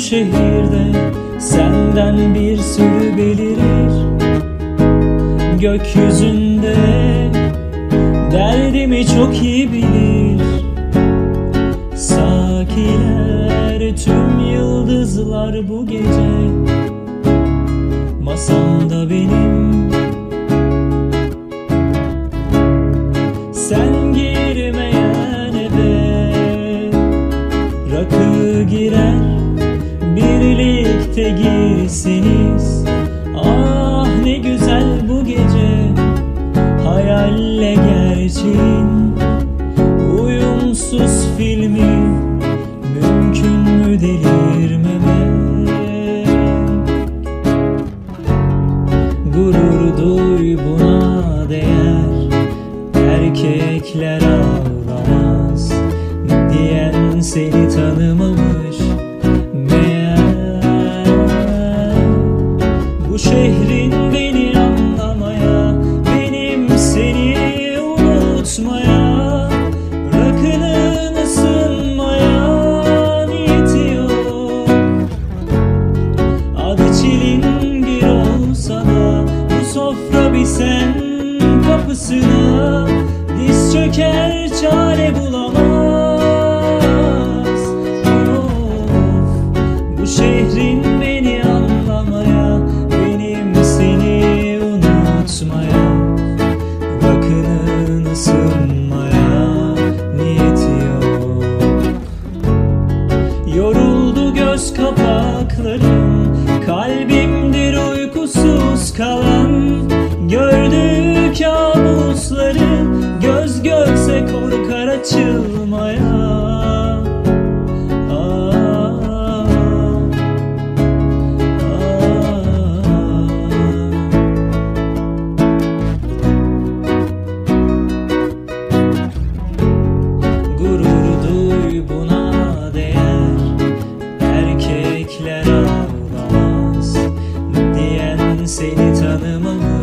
şehirde senden bir sürü belirir. Gökyüzünde derdimi çok iyi bilir. Sakiler tüm yıldızlar bu gece masamda benim. Sen girmeyen eve rakı girer, birlikte girsiniz. Ah ne güzel bu gece, hayalle gerçeğin uyumsuz filmi. Mümkün mü delirmemek? Gurur duy, buna değer. Erkekler ağlamaz diyen seni tanımamış meğer. Bu şehrin beni anlamaya, benim seni unutmaya, rakının ısınmaya niyeti yok. Adı çilingir olsa da bu sofra bir sen kapısına diz çöker, çare bulamaz. Of, bu şehrin beni anlamaya, benim seni unutmaya, rakının ısınmaya niyeti yok. Yoruldu göz kapaklarım, kalbimdir uykusuz kalan. Gördüğü kabusları göz görse korkar açılmaya. Gurur duy, buna değer. Erkekler ağlamaz diyen seni tanımamış